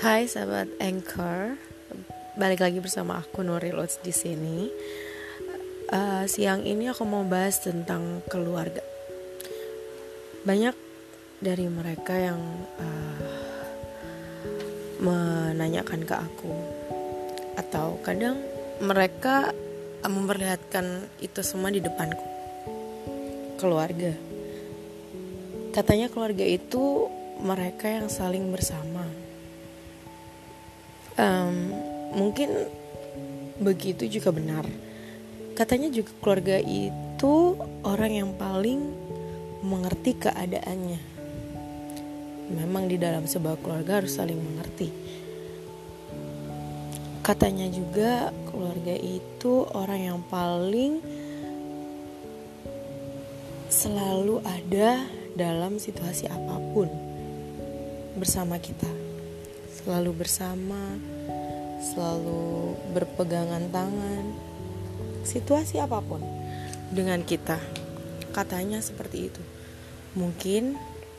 Hai sahabat Anchor, balik lagi bersama aku Nuril Uts di sini. Siang ini aku mau bahas tentang keluarga. Banyak dari mereka yang menanyakan ke aku, atau kadang mereka memperlihatkan itu semua di depanku. Keluarga. Katanya keluarga itu mereka yang saling bersama. Mungkin begitu juga benar. Katanya juga keluarga itu orang yang paling mengerti keadaannya. Memang di dalam sebuah keluarga harus saling mengerti. Katanya juga keluarga itu orang yang paling selalu ada dalam situasi apapun bersama kita. Selalu bersama, selalu berpegangan tangan, situasi apapun dengan kita. Katanya seperti itu. Mungkin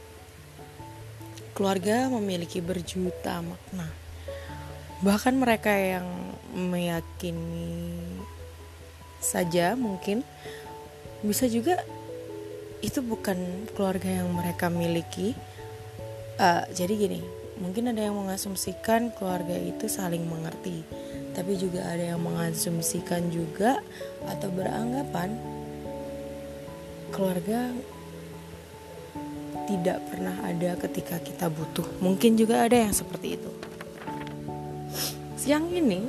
keluarga memiliki berjuta makna. Bahkan mereka yang meyakini saja mungkin bisa juga itu bukan keluarga yang mereka miliki. Jadi gini, mungkin ada yang mengasumsikan keluarga itu saling mengerti, tapi juga ada yang mengasumsikan juga atau beranggapan keluarga tidak pernah ada ketika kita butuh. Mungkin juga ada yang seperti itu. Siang ini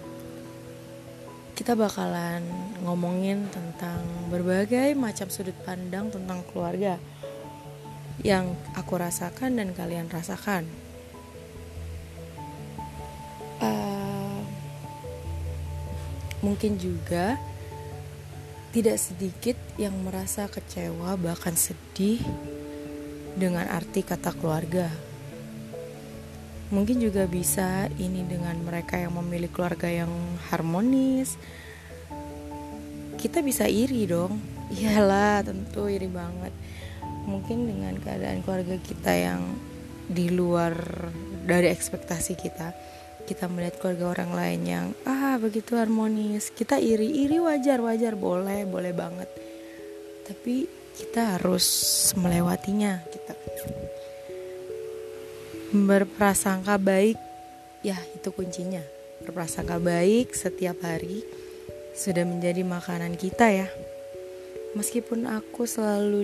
kita bakalan ngomongin tentang berbagai macam sudut pandang tentang keluarga yang aku rasakan dan kalian rasakan. Mungkin juga tidak sedikit yang merasa kecewa bahkan sedih dengan arti kata keluarga. Mungkin juga bisa ini dengan mereka yang memilih keluarga yang harmonis. Kita bisa iri dong. Iyalah, tentu iri banget. Mungkin dengan keadaan keluarga kita yang di luar dari ekspektasi kita. Kita melihat keluarga orang lain yang begitu harmonis, kita iri wajar boleh banget, tapi kita harus melewatinya. Kita berprasangka baik, ya itu kuncinya. Berprasangka baik setiap hari sudah menjadi makanan kita ya. Meskipun aku selalu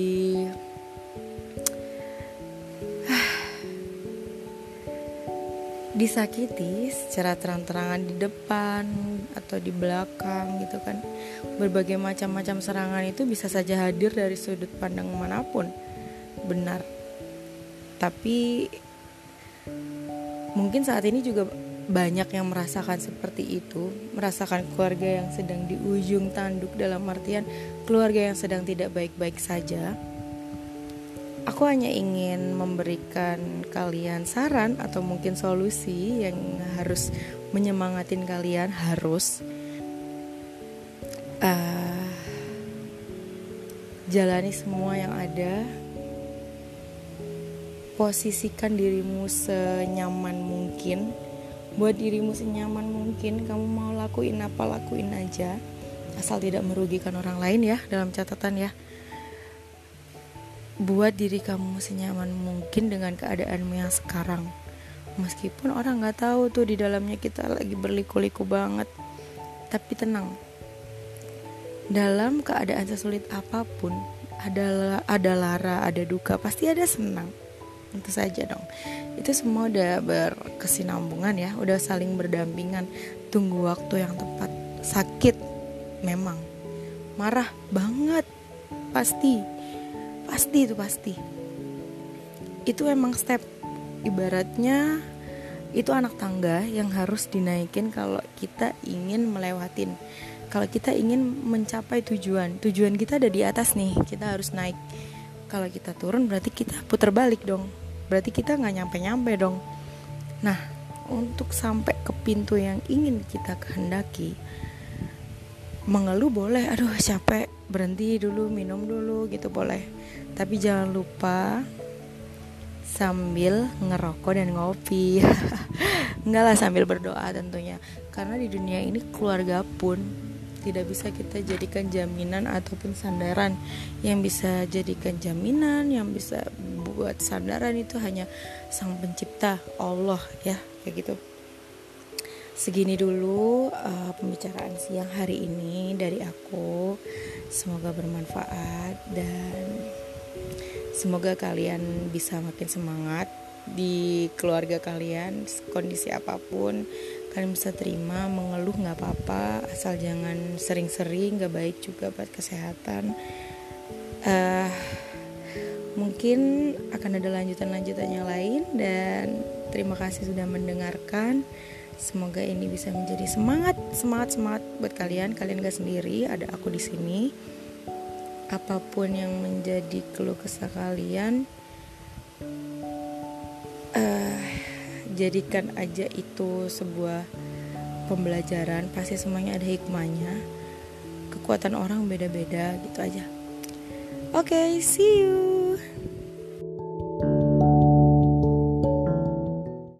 disakiti secara terang-terangan di depan atau di belakang gitu kan. Berbagai macam serangan itu bisa saja hadir dari sudut pandang manapun. Benar. Tapi mungkin saat ini juga banyak yang merasakan seperti itu, merasakan keluarga yang sedang di ujung tanduk, dalam artian keluarga yang sedang tidak baik-baik saja. Aku hanya ingin memberikan kalian saran atau mungkin solusi yang harus menyemangatin kalian. Harus jalani semua yang ada. Posisikan dirimu senyaman mungkin. Buat dirimu senyaman mungkin. Kamu mau lakuin apa, lakuin aja, asal tidak merugikan orang lain ya, dalam catatan ya. Buat diri kamu senyaman mungkin dengan keadaanmu yang sekarang. Meskipun orang gak tahu tuh di dalamnya kita lagi berliku-liku banget. Tapi tenang. Dalam keadaan sesulit apapun, ada lara, ada duka, pasti ada senang. Tentu saja dong. Itu semua udah berkesinambungan ya, udah saling berdampingan. Tunggu waktu yang tepat. Sakit memang. Marah banget. Pasti itu emang step, ibaratnya itu anak tangga yang harus dinaikin kalau kita ingin melewatin, kalau kita ingin mencapai tujuan kita ada di atas nih, kita harus naik. Kalau kita turun berarti kita putar balik dong, berarti kita nggak nyampe dong. Nah, untuk sampai ke pintu yang ingin kita kehendaki, mengeluh boleh, aduh capek, berhenti dulu, minum dulu gitu boleh. Tapi jangan lupa sambil ngerokok dan ngopi. Enggak lah, sambil berdoa tentunya. Karena di dunia ini keluarga pun tidak bisa kita jadikan jaminan ataupun sandaran. Yang bisa jadikan jaminan, yang bisa buat sandaran itu hanya Sang Pencipta, Allah ya, kayak gitu. Segini dulu pembicaraan siang hari ini dari aku. Semoga bermanfaat dan semoga kalian bisa makin semangat di keluarga kalian, kondisi apapun kalian bisa terima. Mengeluh gak apa-apa, asal jangan sering-sering, gak baik juga buat kesehatan. Mungkin akan ada lanjutan-lanjutan yang lain. Dan terima kasih sudah mendengarkan. Semoga ini bisa menjadi semangat buat kalian. Kalian gak sendiri, ada aku di sini. Apapun yang menjadi keluh kesah kalian, jadikan aja itu sebuah pembelajaran. Pasti semuanya ada hikmahnya. Kekuatan orang beda-beda gitu aja. Oke, see you.